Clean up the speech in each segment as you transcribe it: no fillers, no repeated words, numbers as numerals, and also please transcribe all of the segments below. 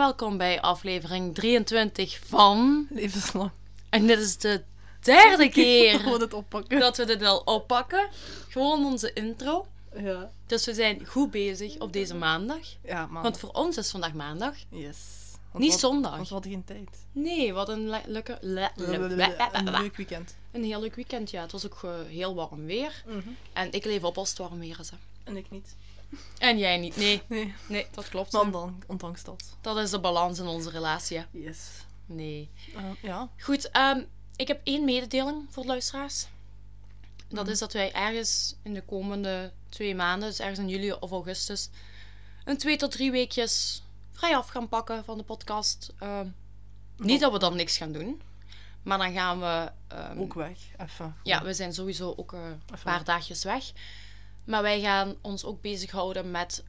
welkom bij aflevering 23 van... Levenslang. En dit is de derde keer Gewoon het oppakken. dat we dit al oppakken. Gewoon onze intro. Ja. Dus we zijn goed bezig op deze maandag. Ja, man. Want voor ons is vandaag maandag. Yes. Want Niet wat- zondag. Want we hadden geen tijd. Nee, wat een Een leuk weekend. Een heel leuk weekend, ja. Het was ook heel warm weer. En ik leef op als het warm weer is. Hè. En ik niet. En jij niet. Nee, Nee. dat klopt. Maar ondanks dat. Dat is de balans in onze relatie. Hè. Yes. Nee. Ja. Goed, ik heb 1 mededeling voor de luisteraars. Dat is dat wij ergens in de komende 2 maanden, dus ergens in juli of augustus, een 2 tot 3 weekjes vrij af gaan pakken van de podcast. Niet dat we dan niks gaan doen, maar dan gaan we... Ook weg. Even. Ja, we zijn sowieso ook een Even paar weg. dagjes weg. Maar wij gaan ons ook bezighouden met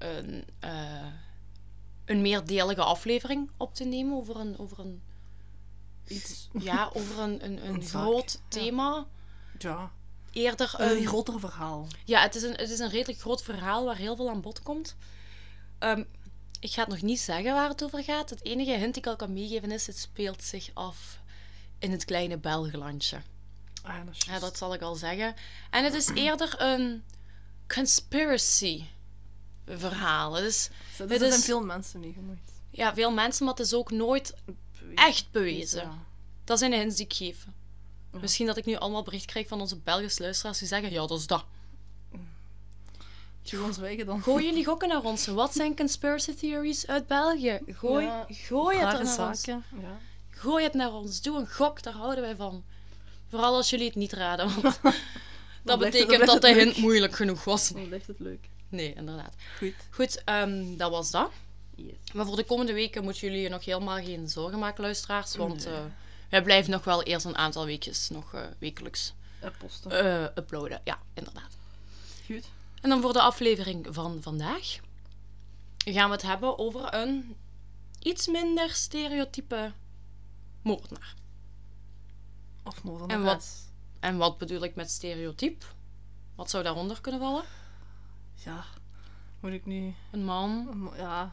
een meerdelige aflevering op te nemen over een Iets. ja, over een Een zaak, groot ja. thema. Ja. Eerder Een groter verhaal. ja, het is een redelijk groot verhaal waar heel veel aan bod komt. Ik ga het nog niet zeggen waar het over gaat. Het enige hint die ik al kan meegeven is, het speelt zich af in het kleine Belgelandje. Ah, dat is Ja, juist. dat zal ik al zeggen. En het is eerder een conspiracy verhaal. Het is, Er het zijn is- veel mensen mee gemoeid. ja, veel mensen, maar het is ook nooit echt bewezen. Ja. Dat zijn de hints die ik geef. Ja. Misschien dat ik nu allemaal bericht krijg van onze Belgische luisteraars die zeggen, ja, dat is dat. Zullen we ons wijgen dan? Gooi jullie gokken naar ons. Wat zijn conspiracy theories uit België? Gooi het Rare er naar ons. zaken. Ja. Gooi het naar ons. Doe een gok, daar houden wij van. Vooral als jullie het niet raden, want dat blijft het- betekent dan dat de blijft het hint moeilijk genoeg was. Dan blijft het leuk. Nee, inderdaad. Goed. Goed, dat was dat. Yes. Maar voor de komende weken moeten jullie je nog helemaal geen zorgen maken, luisteraars. Want Nee. wij blijven nog wel eerst een aantal weekjes nog wekelijks Posten. uploaden. Ja, inderdaad. Goed. En dan voor de aflevering van vandaag gaan we het hebben over een iets minder stereotype moordenaar. Of nog dan En de wat- rest. En wat bedoel ik met stereotyp? Wat zou daaronder kunnen vallen? Ja. Moet ik nu... Een man, Ja.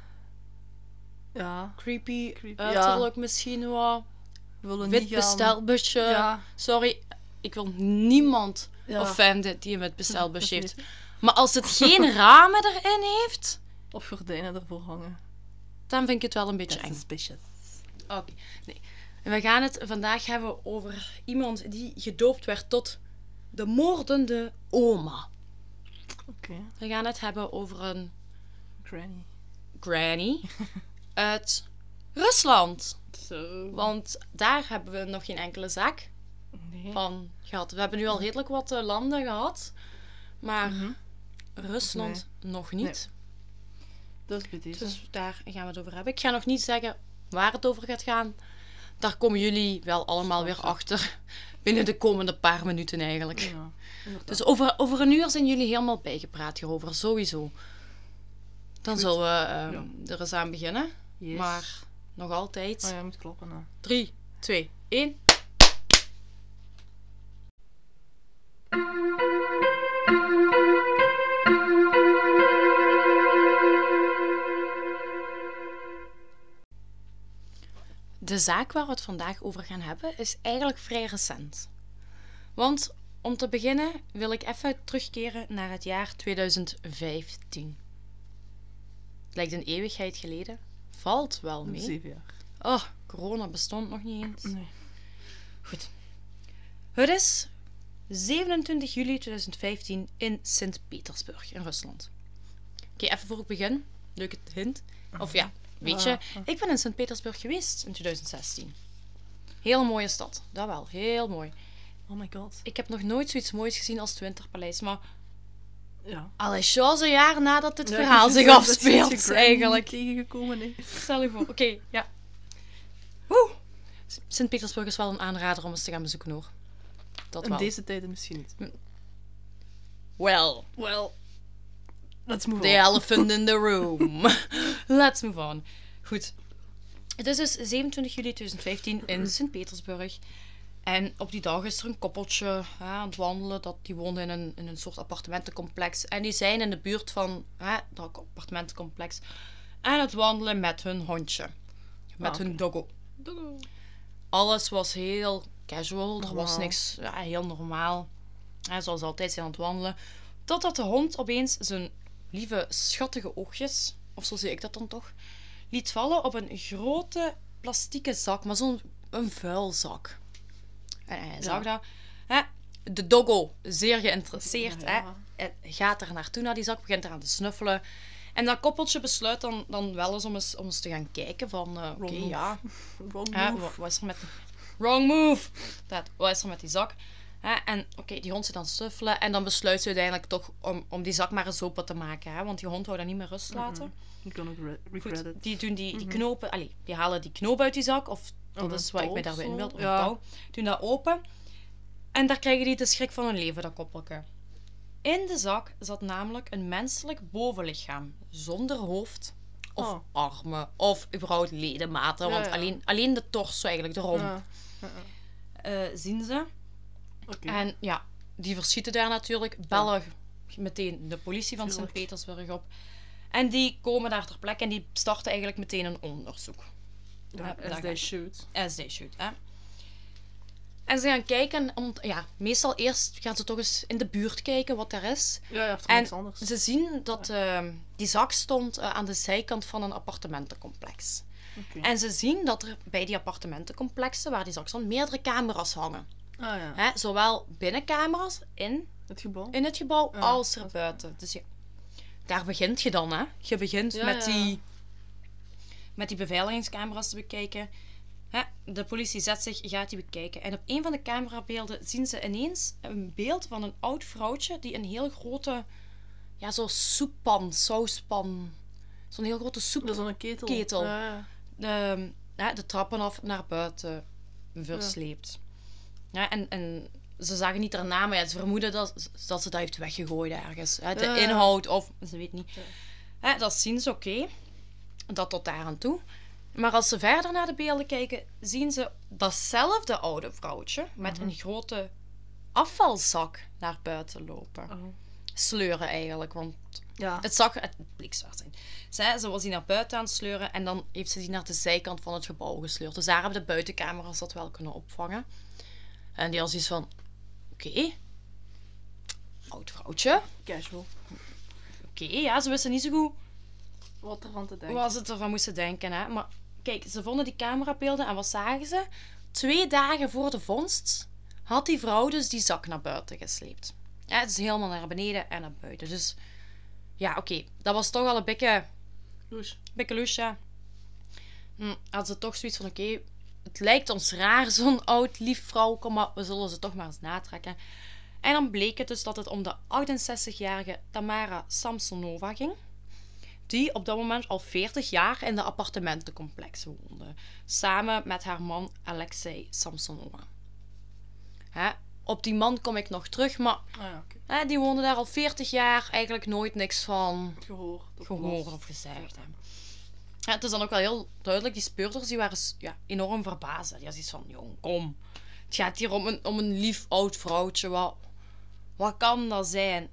Ja. creepy, Creepy, uiterlijk misschien wat, We willen wit niet gaan... bestelbusje. Ja. Sorry, ik wil niemand Ja. offenden die een wit bestelbusje Dat heeft. weet Maar als het geen ramen erin heeft, ik. Of gordijnen ervoor hangen. dan vind ik het wel een beetje That's eng. suspicious. Oké, nee. En we gaan het vandaag hebben over iemand die gedoopt werd tot de moordende oma. Oké. We gaan het hebben over een Granny. granny uit Rusland. Zo. Want daar hebben we nog geen enkele zaak Nee. van gehad. We hebben nu al redelijk wat landen gehad, maar Mhm. Rusland nog niet. Dat is bij deze. Dus daar gaan we het over hebben. Ik ga nog niet zeggen waar het over gaat gaan. Daar komen jullie wel allemaal weer Straks, achter. Binnen de komende paar minuten eigenlijk. Ja. Inderdaad. Dus over een uur zijn jullie helemaal bijgepraat hierover, sowieso. Dan Goed. zullen we er eens aan beginnen. Yes. Maar nog altijd. Oh ja, je moet kloppen. Hè. 3, 2, 1. De zaak waar we het vandaag over gaan hebben is eigenlijk vrij recent. Want om te beginnen wil ik even terugkeren naar het jaar 2015. Het lijkt een eeuwigheid geleden. Valt wel mee. 7 jaar. Oh, corona bestond nog niet eens. Nee. Goed. Het is 27 juli 2015 in Sint-Petersburg in Rusland. Oké, even voor ik begin. Leuke hint. Of ja, weet je, ik ben in Sint-Petersburg geweest in 2016. Heel mooie stad. Dat wel, heel mooi. Oh my god. Ik heb nog nooit zoiets moois gezien als het Winterpaleis, maar Ja. al is zo'n jaar nadat dit Ja, verhaal ik zich vind dat je afspeelt, Granny eigenlijk. tegengekomen, nee. Stel je voor. Oké, ja. Woe! Sint-Petersburg is wel een aanrader om eens te gaan bezoeken, hoor. Dat In wel. deze tijden misschien niet. Well, Well. Let's move the on. elephant in the room. Let's move on. Goed. Het is dus 27 juli 2015 in Sint-Petersburg. En op die dag is er een koppeltje aan het wandelen. Die woonde in een soort appartementencomplex. En die zijn in de buurt van dat appartementencomplex aan het wandelen met hun hondje. Met hun doggo. Alles was heel casual. Er was niks, heel normaal. Zoals altijd zijn aan het wandelen. Totdat de hond opeens zijn lieve, schattige oogjes, of zo zie ik dat dan toch, liet vallen op een grote plastieke zak, maar zo'n vuilzak. En hij zag dat. De doggo, zeer geïnteresseerd, gaat er naartoe naar die zak, begint eraan te snuffelen. En dat koppeltje besluit dan wel eens om eens te gaan kijken van... Wat is er met... Wrong move! Wat is er met die zak? En die hond zit dan snuffelen. En dan besluit ze uiteindelijk toch om die zak maar eens open te maken. Want die hond wou dat niet meer rust laten. Goed, die doen die knopen... die halen die knoop uit die zak. Of dat is wat ik mij daarbij in wil. Touw. Doen dat open. En daar krijgen die de schrik van hun leven, dat koppeltje. In de zak zat namelijk een menselijk bovenlichaam. Zonder hoofd of armen of überhaupt ledematen. Want alleen de torso eigenlijk, de romp. Zien ze. En die verschieten daar natuurlijk. Bellen meteen de politie van Sint-Petersburg op. En die komen daar ter plekke en die starten eigenlijk meteen een onderzoek. As they should. As they should, En ze gaan kijken, meestal eerst gaan ze toch eens in de buurt kijken wat er is. En niks anders. Ze zien dat die zak stond aan de zijkant van een appartementencomplex. En ze zien dat er bij die appartementencomplexen, waar die zak stond, meerdere camera's hangen. Zowel binnencamera's in het gebouw als er buiten. Dus daar begint je dan, hè. Je begint met die beveiligingscamera's te bekijken. De politie zet zich, gaat die bekijken. En op een van de camerabeelden zien ze ineens een beeld van een oud vrouwtje die een heel grote, zo'n soeppan, sauspan, zo'n heel grote soepketel. Zo'n ketel. De trappen af naar buiten versleept. En ze zagen niet haar naam, maar ze vermoeden dat ze dat heeft weggegooid ergens. De inhoud of, ze weet niet. Dat zien ze oké. Dat tot daar aan toe. Maar als ze verder naar de beelden kijken, zien ze datzelfde oude vrouwtje met een grote afvalzak naar buiten lopen. Sleuren eigenlijk, want het bleek zwart zijn. Ze was die naar buiten aan het sleuren en dan heeft ze die naar de zijkant van het gebouw gesleurd. Dus daar hebben de buitencamera's dat wel kunnen opvangen. En die had zoiets van, oud vrouwtje. Casual. Ze wisten niet zo goed wat ze ervan moesten denken. Hè? Maar kijk, ze vonden die camerabeelden en wat zagen ze? 2 dagen voor de vondst had die vrouw dus die zak naar buiten gesleept. Het is helemaal naar beneden en naar buiten. Dus dat was toch al een beetje louche. Hadden ze toch zoiets van, het lijkt ons raar, zo'n oud lief vrouwke, maar we zullen ze toch maar eens natrekken. En dan bleek het dus dat het om de 68-jarige Tamara Samsonova ging, die op dat moment al 40 jaar in de appartementencomplex woonde, samen met haar man Alexei Samsonova. Op die man kom ik nog terug, maar die woonde daar al 40 jaar, eigenlijk nooit niks van gehoord of gezegd. Het is dan ook wel heel duidelijk, die speurders die waren enorm verbaasd. Die hadden iets van, jong, kom. Het gaat hier om een lief oud vrouwtje. Wat kan dat zijn?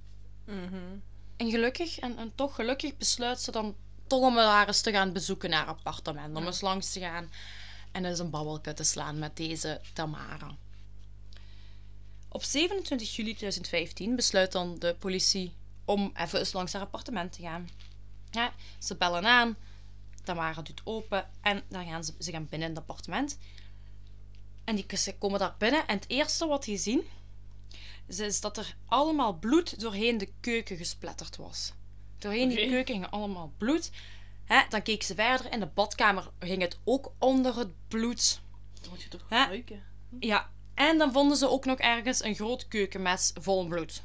En gelukkig, en toch gelukkig besluit ze dan toch om haar eens te gaan bezoeken naar haar appartement. Om eens langs te gaan en eens een babbelke te slaan met deze Tamara. Op 27 juli 2015 besluit dan de politie om even eens langs haar appartement te gaan. Ze bellen aan, Tamara doet open en dan gaan ze gaan binnen in het appartement. En ze komen daar binnen en het eerste wat die zien is dat er allemaal bloed doorheen de keuken gesplatterd was. Doorheen die keuken ging allemaal bloed. Dan keek ze verder. In de badkamer ging het ook onder het bloed. Dat moet je toch ruiken? Ja. En dan vonden ze ook nog ergens een groot keukenmes vol bloed.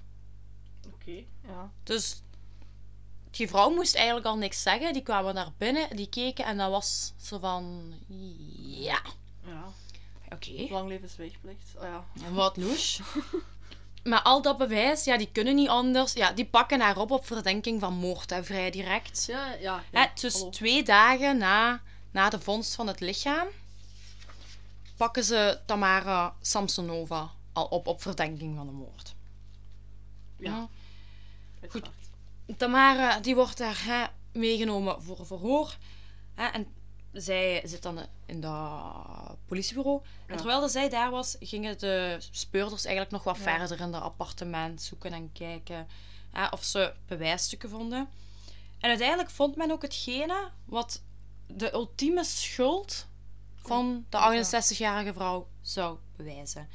Dus die vrouw moest eigenlijk al niks zeggen. Die kwamen naar binnen, die keken en dan was ze van... Ja. Lang leven zwijgplicht. Wat louche. Maar al dat bewijs, die kunnen niet anders. Die pakken haar op verdenking van moord, vrij direct. Dus 2 dagen na de vondst van het lichaam pakken ze Tamara Samsonova al op verdenking van de moord. Goed. Tamara, die wordt daar meegenomen voor een verhoor. En zij zit dan in dat politiebureau. En terwijl zij daar was, gingen de speurders eigenlijk nog wat verder in dat appartement zoeken en kijken of ze bewijsstukken vonden. En uiteindelijk vond men ook hetgene wat de ultieme schuld van de 68-jarige vrouw zou bewijzen.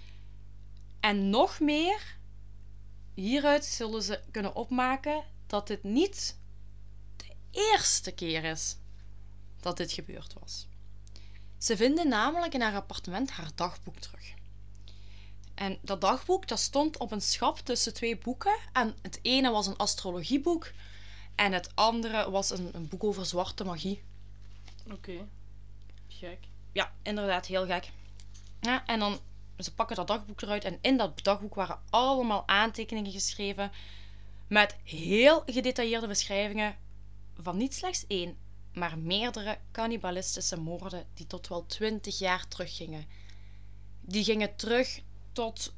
En nog meer, hieruit zullen ze kunnen opmaken dat dit niet de eerste keer is dat dit gebeurd was. Ze vinden namelijk in haar appartement haar dagboek terug. En dat dagboek dat stond op een schap tussen 2 boeken. En het ene was een astrologieboek en het andere was een boek over zwarte magie. Oké. Gek. Ja, inderdaad, heel gek. Ja, en dan, ze pakken dat dagboek eruit en in dat dagboek waren allemaal aantekeningen geschreven met heel gedetailleerde beschrijvingen van niet slechts 1, maar meerdere cannibalistische moorden die tot wel 20 jaar teruggingen. Die gingen terug tot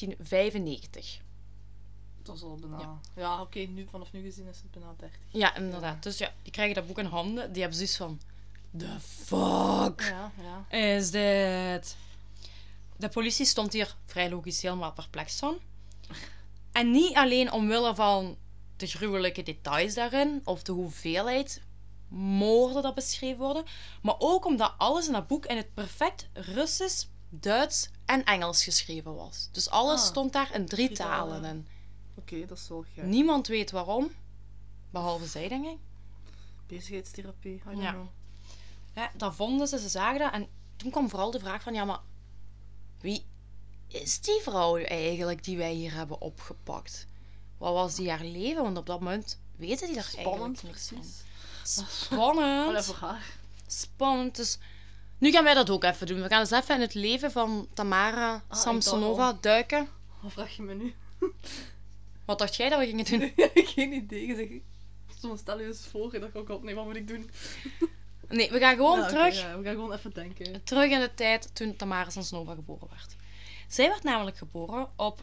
1995. Dat is al bijna... Ja, oké, vanaf nu gezien is het bijna 30. Ja, inderdaad. Dus ja, die krijgen dat boek in handen. Die hebben zoiets van... The fuck is dit? De politie stond hier vrij logisch helemaal perplex van. En niet alleen omwille van de gruwelijke details daarin, of de hoeveelheid moorden dat beschreven worden, maar ook omdat alles in dat boek in het perfect Russisch, Duits en Engels geschreven was. Dus alles stond daar in 3 talen in. Oké, dat is wel gek. Niemand weet waarom, behalve zij, denk ik. Bezigheidstherapie, I don't know. Ja, dat vonden ze zagen dat. En toen kwam vooral de vraag van, ja, maar wie is die vrouw eigenlijk die wij hier hebben opgepakt? Wat was die haar leven? Want op dat moment weten die daar eigenlijk niks van. Spannend. Wel voor haar. Spannend. Dus nu gaan wij dat ook even doen. We gaan eens even in het leven van Tamara Samsonova duiken. Wat vraag je me nu? Wat dacht jij dat we gingen doen? Geen idee. Je zegt, soms stel je eens voor en dan ga ik op, nee, wat moet ik doen? Nee, we gaan gewoon terug. We gaan gewoon even denken. Terug in de tijd toen Tamara Samsonova geboren werd. Zij werd namelijk geboren op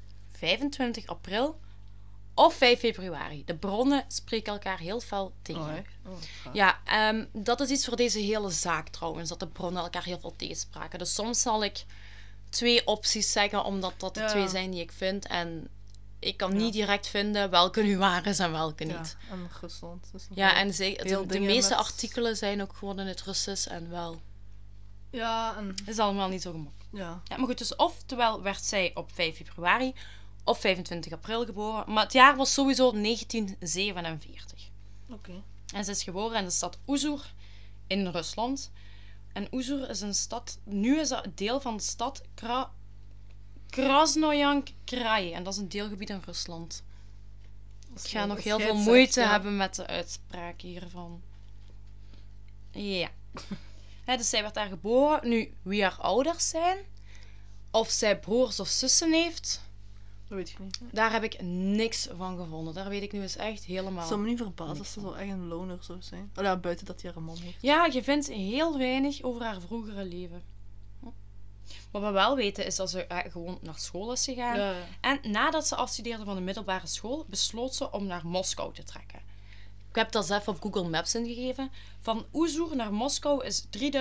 25 april of 5 februari. De bronnen spreken elkaar heel fel tegen. Ja, dat is iets voor deze hele zaak trouwens, dat de bronnen elkaar heel veel tegenspraken. Dus soms zal ik 2 opties zeggen, omdat dat de 2 zijn die ik vind. En ik kan niet direct vinden welke nu waar is en welke niet. Ja, en Rusland. En de meeste artikelen zijn ook gewoon in het Russisch en wel. Ja, en... Het is allemaal niet zo gemakkelijk. Ja. Maar goed, dus oftewel werd zij op 5 februari of 25 april geboren. Maar het jaar was sowieso 1947. Oké. En ze is geboren in de stad Uzur in Rusland. En Uzur is een stad... Nu is dat deel van de stad Krasnoyansk Krai. En dat is een deelgebied in Rusland. Ik ga nog heel veel moeite hebben met de uitspraak hiervan. Ja. Dus zij werd daar geboren. Nu, wie haar ouders zijn, of zij broers of zussen heeft, dat weet je niet. Daar heb ik niks van gevonden. Daar weet ik nu eens echt helemaal. Het zou me niet verbazen als ze zo echt een loner zou zijn. Oh, ja, buiten dat hij haar een man heeft. Ja, je vindt heel weinig over haar vroegere leven. Wat we wel weten is dat ze gewoon naar school is gegaan. Ja. En nadat ze afstudeerde van de middelbare school, besloot ze om naar Moskou te trekken. Ik heb dat zelf op Google Maps ingegeven. Van Uzur naar Moskou is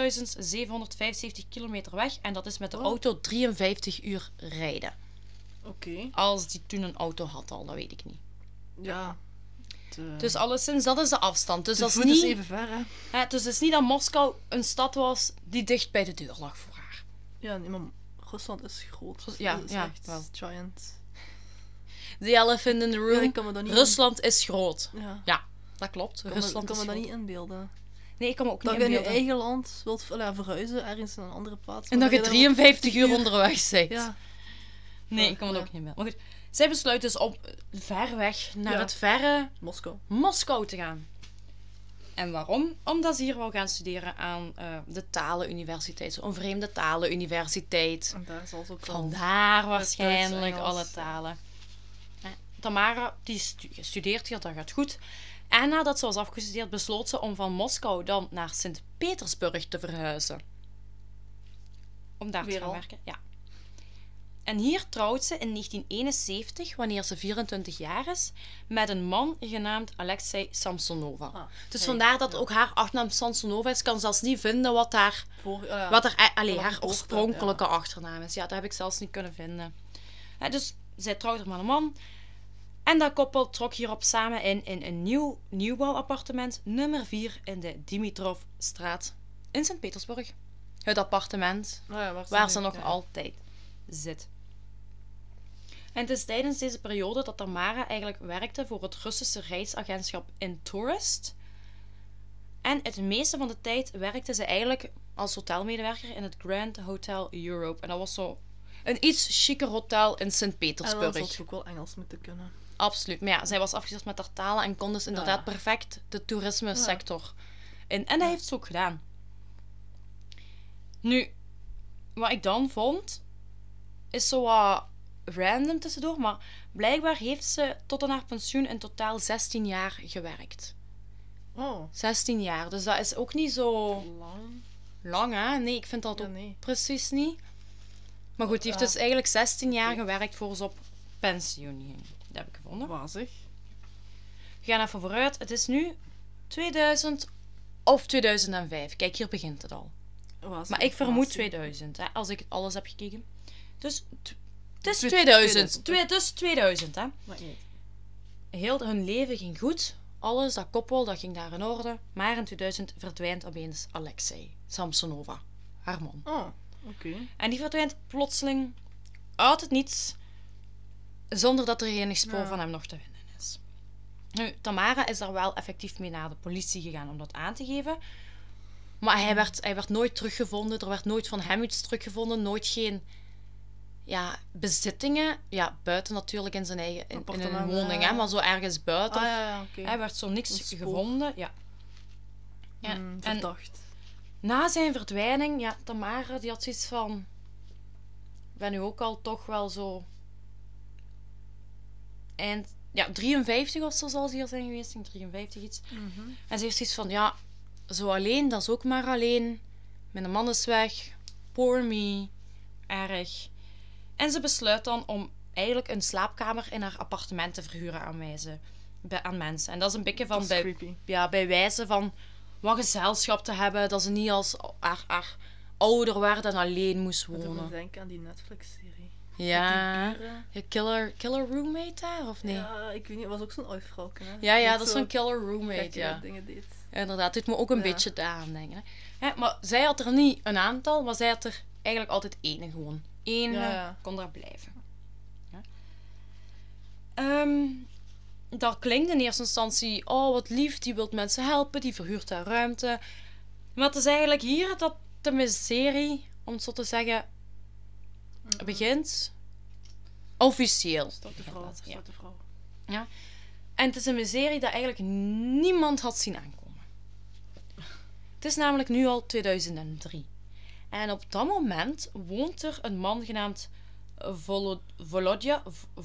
3775 kilometer weg. En dat is met de auto 53 uur rijden. Oké. Als die toen een auto had al, dat weet ik niet. Ja. Dus alleszins, dat is de afstand. Dus dat is niet... niet even ver, hè? Dus het is niet dat Moskou een stad was die dicht bij de deur lag voor haar. Ja, nee, maar Rusland is groot. Ja, is ja, echt wel. Giant. The elephant in the room. Ja, ik kan me dat niet Rusland is groot. Ja, dat klopt. Rusland kan me dat niet inbeelden. Nee, ik kan me ook niet inbeelden. Dat je in je eigen land wilt verhuizen, ergens in een andere plaats. En dat je 53 uur onderweg bent. Ja. Nee, ik kan me dat ook niet meer. Maar goed, zij besluit dus om ver weg naar het verre Moskou te gaan. En waarom? Omdat ze hier wou gaan studeren aan de talenuniversiteit. Zo'n vreemde talenuniversiteit. En daar zal ze ook vandaar waarschijnlijk alle talen. Tamara, die studeert hier, dat gaat goed. En nadat ze was afgestudeerd, besloot ze om van Moskou dan naar Sint-Petersburg te verhuizen. Om daar te gaan werken. Ja. En hier trouwt ze in 1971, wanneer ze 24 jaar is, met een man genaamd Alexei Samsonova. Dus vandaar dat ook haar achternaam Samsonova is. Ik kan zelfs niet vinden wat haar oorspronkelijke achternaam is. Ja, dat heb ik zelfs niet kunnen vinden. Dus zij trouwt er met een man. En dat koppel trok hierop samen in een nieuwbouwappartement nummer 4 in de Dimitrovstraat in Sint-Petersburg. Het appartement waar ze nog altijd zit. En het is tijdens deze periode dat Tamara eigenlijk werkte voor het Russische reisagentschap Intourist. En het meeste van de tijd werkte ze eigenlijk als hotelmedewerker in het Grand Hotel Europe. En dat was zo een iets chiquer hotel in Sint-Petersburg. En dan zou ze ook wel Engels moeten kunnen. Absoluut. Maar ja, zij was afgezet met haar talen en kon dus inderdaad perfect de toerisme sector in. En dat heeft ze ook gedaan. Nu, wat ik dan vond, is zo wat random tussendoor, maar blijkbaar heeft ze tot aan haar pensioen in totaal 16 jaar gewerkt. Oh. 16 jaar, dus dat is ook niet zo lang, hè? Nee, ik vind dat ook precies niet. Maar goed, die heeft dus eigenlijk 16 jaar gewerkt voor ze op pensioen ging. Dat heb ik gevonden. Wazig. We gaan even vooruit. Het is nu 2000 of 2005. Kijk, hier begint het al. Maar ik vermoed 2000, hè, als ik alles heb gekeken. Dus het is 2000. Dus 2000, hè. Heel hun leven ging goed. Alles, dat koppel, dat ging daar in orde. Maar in 2000 verdwijnt opeens Alexei Samsonova, haar man. Oh, oké. En die verdwijnt plotseling uit het niets, zonder dat er enig spoor van hem nog te vinden is. Nu, Tamara is daar wel effectief mee naar de politie gegaan om dat aan te geven. Maar hij werd nooit teruggevonden. Er werd nooit van hem iets teruggevonden. Nooit geen bezittingen. Ja, buiten natuurlijk in zijn eigen in een woning, hè, maar zo ergens buiten. Hij werd zo niks gevonden. Ja. Verdacht. En na zijn verdwijning, Tamara die had zoiets van... Ik ben nu ook al toch wel zo... 53 of zo zal ze hier zijn geweest. 53 iets. En ze heeft zoiets van, zo alleen, dat is ook maar alleen. Mijn man is weg. Poor me. Erg. En ze besluit dan om eigenlijk een slaapkamer in haar appartement te verhuren aan mensen. En dat is een beetje van bij wijze van wat gezelschap te hebben. Dat ze niet als haar ouder werd en alleen moest wonen. Ik denk aan die Netflix-serie. Ja. Killer Roommate daar, of nee? Ja, ik weet niet. Het was ook zo'n oud vrouwke, hè? Ja, dat is zo'n Killer Roommate, ja. Dingen deed. Inderdaad, het doet me ook een beetje aan denken. Hè, maar zij had er niet een aantal, maar zij had er eigenlijk altijd één gewoon. Eén kon daar blijven. Ja. Dat klinkt in eerste instantie, oh wat lief, die wil mensen helpen, die verhuurt haar ruimte. Maar het is eigenlijk hier dat de miserie, om het zo te zeggen, begint. Officieel. Start de vrouw. Ja. En het is een miserie dat eigenlijk niemand had zien aankomen. Het is namelijk nu al 2003. En op dat moment woont er een man genaamd Volodya.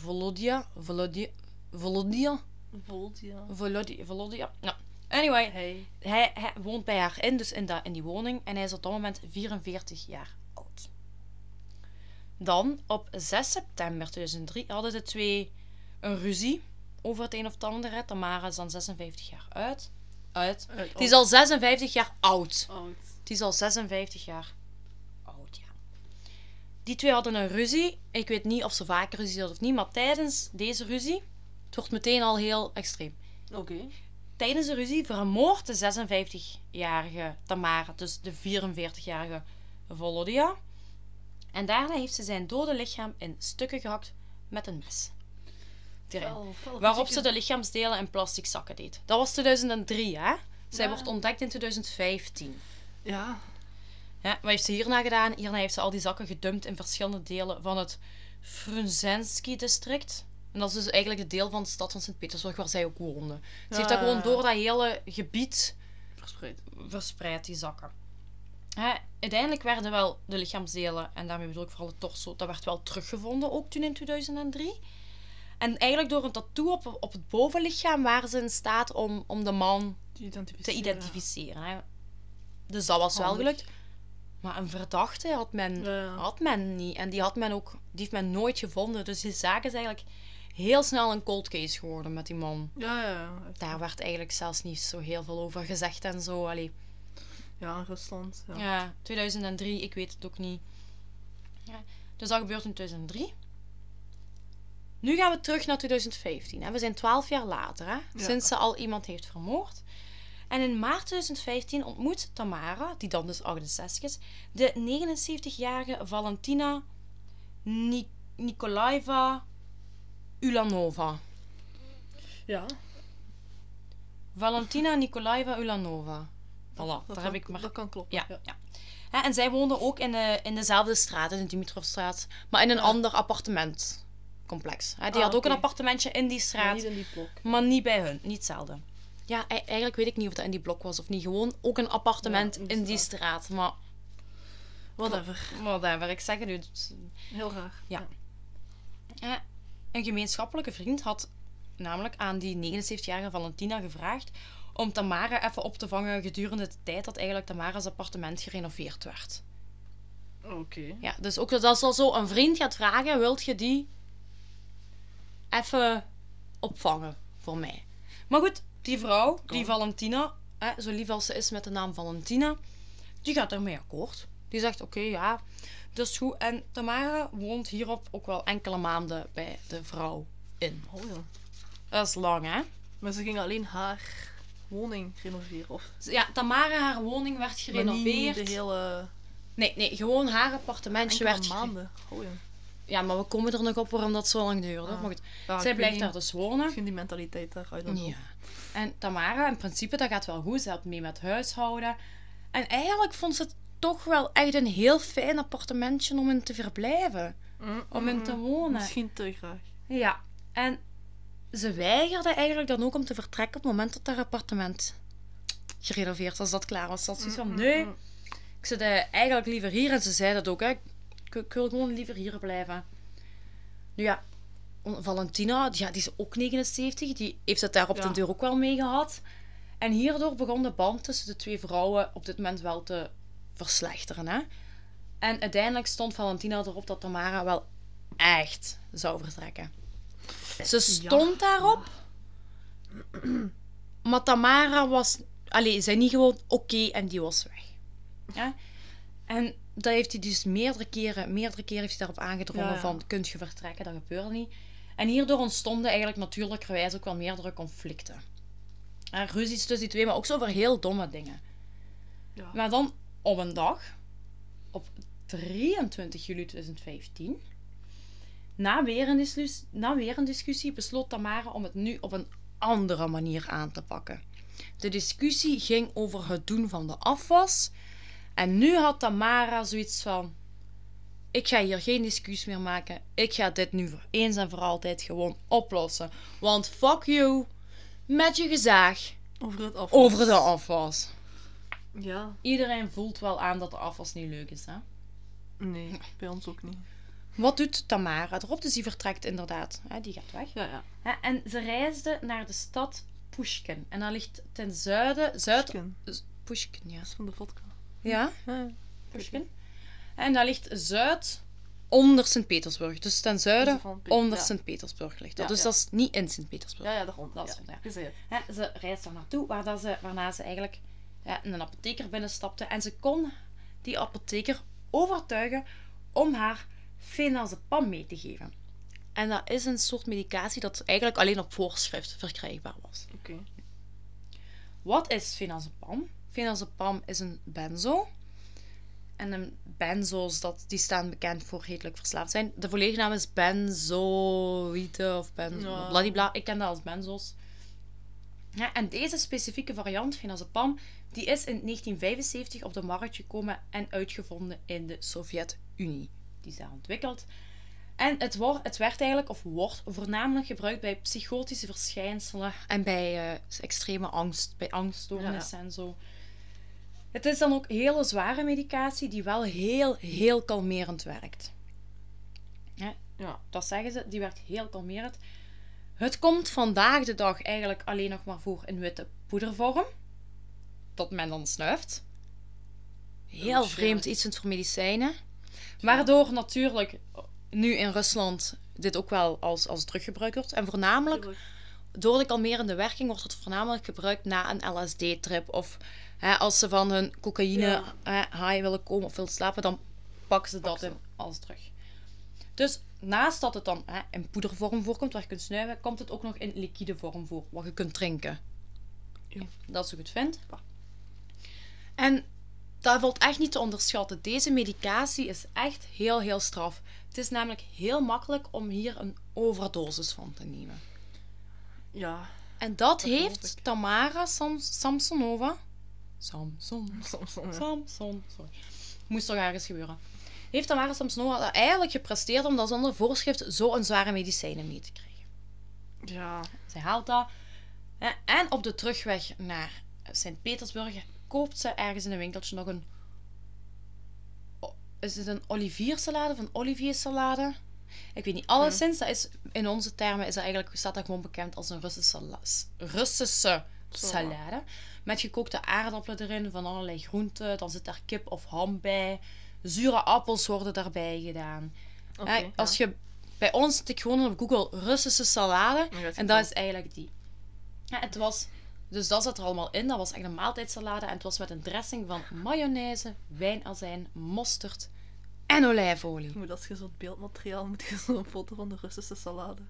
Nou, anyway, hij woont bij haar dus in die woning. En hij is op dat moment 44 jaar oud. Dan, op 6 september 2003, hadden de twee een ruzie over het een of het ander. Tamara is dan 56 jaar uit. Die is al 56 jaar oud. Die is al 56 jaar oud, ja. Die twee hadden een ruzie. Ik weet niet of ze vaker ruzie hadden of niet, maar tijdens deze ruzie, het wordt meteen al heel extreem. Tijdens de ruzie vermoordt de 56-jarige Tamara, dus de 44-jarige Volodya. En daarna heeft ze zijn dode lichaam in stukken gehakt met een mes. Waarop ze de lichaamsdelen in plastic zakken deed. Dat was 2003, hè? Zij wordt ontdekt in 2015. Ja. Wat heeft ze hierna gedaan? Hierna heeft ze al die zakken gedumpt in verschillende delen van het Frunzensky-district. En dat is dus eigenlijk het deel van de stad van Sint-Petersburg waar zij ook woonde. Ze heeft dat gewoon door dat hele gebied verspreid, die zakken. Uiteindelijk werden wel de lichaamsdelen, en daarmee bedoel ik vooral het torso, dat werd wel teruggevonden, ook toen in 2003. En eigenlijk door een tattoo op het bovenlichaam waren ze in staat om de man te identificeren. Dus dat was wel gelukt. Maar een verdachte had men niet. En die heeft men nooit gevonden. Dus die zaak is eigenlijk heel snel een cold case geworden met die man. Ja. Daar werd eigenlijk zelfs niet zo heel veel over gezegd en zo. Allee. Ja, in Rusland. Ja. Ja, 2003, ik weet het ook niet. Ja, dus dat gebeurt in 2003. Nu gaan we terug naar 2015. Hè. We zijn 12 jaar later, hè, sinds ze al iemand heeft vermoord. En in maart 2015 ontmoet Tamara, die dan dus 68 is, de 79-jarige Valentina Nikolaeva Ulanova. Ja. Valentina Nikolaeva Ulanova. Voilà, daar heb ik maar... Dat kan kloppen. Ja. Hè, en zij woonde ook in dezelfde straat, in de Dimitrovstraat, maar in een ander appartementcomplex. Hè, die had ook een appartementje in die straat, Maar niet in die blok. maar niet bij hun, niet hetzelfde. Ja, eigenlijk weet ik niet of dat in die blok was of niet. Gewoon ook een appartement in die straat, maar... Whatever, ik zeg het nu. Heel raar. Ja. Een gemeenschappelijke vriend had namelijk aan die 79-jarige Valentina gevraagd om Tamara even op te vangen gedurende de tijd dat eigenlijk Tamara's appartement gerenoveerd werd. Oké. Ja, dus ook dat als al zo een vriend gaat vragen, wilt je die even opvangen voor mij? Maar goed, die vrouw, die Valentina, zo lief als ze is met de naam Valentina, die gaat ermee akkoord. Die zegt, oké, ja, dat is goed. En Tamara woont hierop ook wel enkele maanden bij de vrouw in. Oh ja. Dat is lang, hè? Maar ze ging alleen haar woning renoveren, of? Ja, Tamara, haar woning werd gerenoveerd. Maar niet de hele... Nee, gewoon haar appartementje werd... maanden. Oh ja. Ja, maar we komen er nog op waarom dat zo lang duurde. Maar goed, zij blijft daar dus wonen. Ik vind die mentaliteit daaruit dan Ja. En Tamara, in principe, dat gaat wel goed. Ze helpt mee met huishouden. En eigenlijk vond ze het toch wel echt een heel fijn appartementje om in te verblijven. Om in te wonen. Misschien te graag. Ja. En ze weigerde eigenlijk dan ook om te vertrekken op het moment dat haar appartement gerenoveerd was, dat klaar was. Ze had zoiets van, nee, ik zit eigenlijk liever hier. En ze zei dat ook, hè. Ik wil gewoon liever hier blijven. Nu ja, Valentina, die is ook 79. Die heeft het daar op de deur ook wel mee gehad. En hierdoor begon de band tussen de twee vrouwen op dit moment wel te verslechteren. Hè? En uiteindelijk stond Valentina erop dat Tamara wel echt zou vertrekken. Ze stond daarop. Maar Tamara was... zei niet gewoon oké en die was weg. Ja? En dat heeft hij dus meerdere keren heeft hij daarop aangedrongen van, kunt je vertrekken? Dat gebeurde niet. En hierdoor ontstonden eigenlijk natuurlijkerwijs ook wel meerdere conflicten. Ruzies tussen die twee, maar ook zo over heel domme dingen. Ja. Maar dan op een dag, op 23 juli 2015, na weer een discussie, besloot Tamara om het nu op een andere manier aan te pakken. De discussie ging over het doen van de afwas. En nu had Tamara zoiets van, ik ga hier geen discussie meer maken. Ik ga dit nu voor eens en voor altijd gewoon oplossen. Want fuck you, met je gezaag over de afwas. Ja. Iedereen voelt wel aan dat de afwas niet leuk is, hè? Nee, bij ons ook niet. Wat doet Tamara erop? Dus die vertrekt inderdaad. Die gaat weg. Ja. En ze reisde naar de stad Pushkin. En dat ligt ten zuiden... Pushkin, ja. Dat is van de vodka. Ja? Pushkin. En dat ligt zuid onder Sint-Petersburg. Dus ten zuiden onder Sint-Petersburg ligt dat. Dus dat is niet in Sint-Petersburg. Ja, dat is Ze reist daar naartoe, waarna ze eigenlijk in een apotheker binnenstapte. En ze kon die apotheker overtuigen om haar fenazepam mee te geven. En dat is een soort medicatie dat eigenlijk alleen op voorschrift verkrijgbaar was. Oké. Wat is fenazepam? Fenazepam is een benzo. En een benzo's, die staan bekend voor redelijk verslaafd zijn. De volledige naam is benzoïde of bladibla. Ik ken dat als benzo's. Ja, en deze specifieke variant, fenazepam, die is in 1975 op de markt gekomen en uitgevonden in de Sovjet-Unie. Die is daar ontwikkeld. En het werd eigenlijk, of wordt voornamelijk gebruikt bij psychotische verschijnselen en bij extreme angst, bij angststoornissen en zo. Het is dan ook hele zware medicatie die wel heel, heel kalmerend werkt. Ja, dat zeggen ze, die werkt heel kalmerend. Het komt vandaag de dag eigenlijk alleen nog maar voor in witte poedervorm. Dat men dan snuift. heel vreemd iets vindt voor medicijnen. Waardoor natuurlijk nu in Rusland dit ook wel als druggebruik wordt. En voornamelijk, door de kalmerende werking, wordt het voornamelijk gebruikt na een LSD-trip. Of als ze van hun cocaïne high willen komen of willen slapen, dan pakken ze dat in als drug. Dus naast dat het dan in poedervorm voorkomt, waar je kunt snuiven, komt het ook nog in liquide vorm voor, wat je kunt drinken. Ja, dat is hoe ik het vind. En dat valt echt niet te onderschatten. Deze medicatie is echt heel, heel straf. Het is namelijk heel makkelijk om hier een overdosis van te nemen. Ja. En dat heeft Tamara Samsonova... Samson. Sorry. Moest toch ergens gebeuren. Heeft Tamara Samsonova dat eigenlijk gepresteerd om dat zonder voorschrift zo'n zware medicijnen mee te krijgen. Ja. Zij haalt dat. En op de terugweg naar Sint-Petersburg koopt ze ergens in een winkeltje nog een... Is het een oliviersalade of een oliviersalade? Ik weet niet. Alleszins, dat is, in onze termen staat dat gewoon bekend als een Russische salade. Met gekookte aardappelen erin, van allerlei groenten. Dan zit daar kip of ham bij. Zure appels worden daarbij gedaan. Als je... Bij ons tik gewoon op Google Russische salade. En dat is eigenlijk die. Het was... Dus dat zat er allemaal in. Dat was echt een maaltijdsalade. En het was met een dressing van mayonaise, wijnazijn, mosterd en olijfolie. Moet als je zo'n beeldmateriaal moet je zo'n foto van de Russische salade.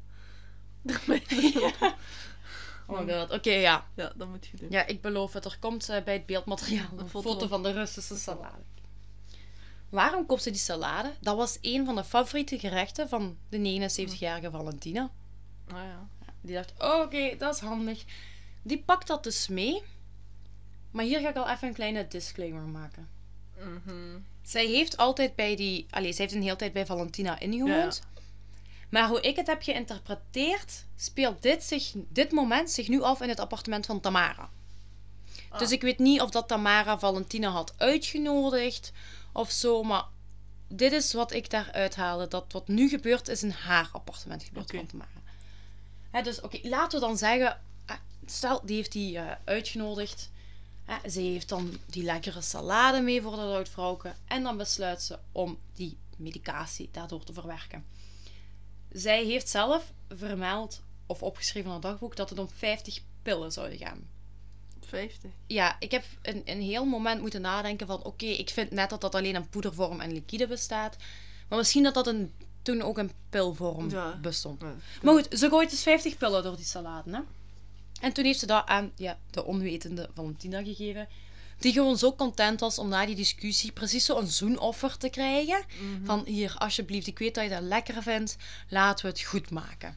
Oh my god. Oké, ja. Ja, dat moet je doen. Ja, ik beloof het. Er komt bij het beeldmateriaal een foto van de Russische salade. Waarom koopt ze die salade? Dat was een van de favoriete gerechten van de 79-jarige Valentina. Ah ja. Die dacht, oké, dat is handig. Die pakt dat dus mee. Maar hier ga ik al even een kleine disclaimer maken. Zij heeft altijd zij heeft een hele tijd bij Valentina ingewoond. Ja. Maar hoe ik het heb geïnterpreteerd, speelt dit moment zich nu af in het appartement van Tamara. Dus ik weet niet of dat Tamara Valentina had uitgenodigd of zo, maar dit is wat ik daaruit haalde. Dat wat nu gebeurt is in haar appartement gebeurd van Tamara. Dus laten we dan zeggen, stel, die heeft die uitgenodigd. Ze heeft dan die lekkere salade mee voor dat oud vrouwke. En dan besluit ze om die medicatie daardoor te verwerken. Zij heeft zelf vermeld, of opgeschreven in haar dagboek, dat het om 50 pillen zouden gaan. 50? Ja, ik heb een heel moment moeten nadenken van... ik vind net dat dat alleen in poedervorm en liquide bestaat. Maar misschien dat dat toen ook in pilvorm bestond. Ja. Maar goed, ze gooit dus 50 pillen door die salade, hè. En toen heeft ze dat aan de onwetende Valentina gegeven. Die gewoon zo content was om na die discussie precies zo'n zoenoffer te krijgen. Van hier, alsjeblieft, ik weet dat je dat lekker vindt. Laten we het goed maken.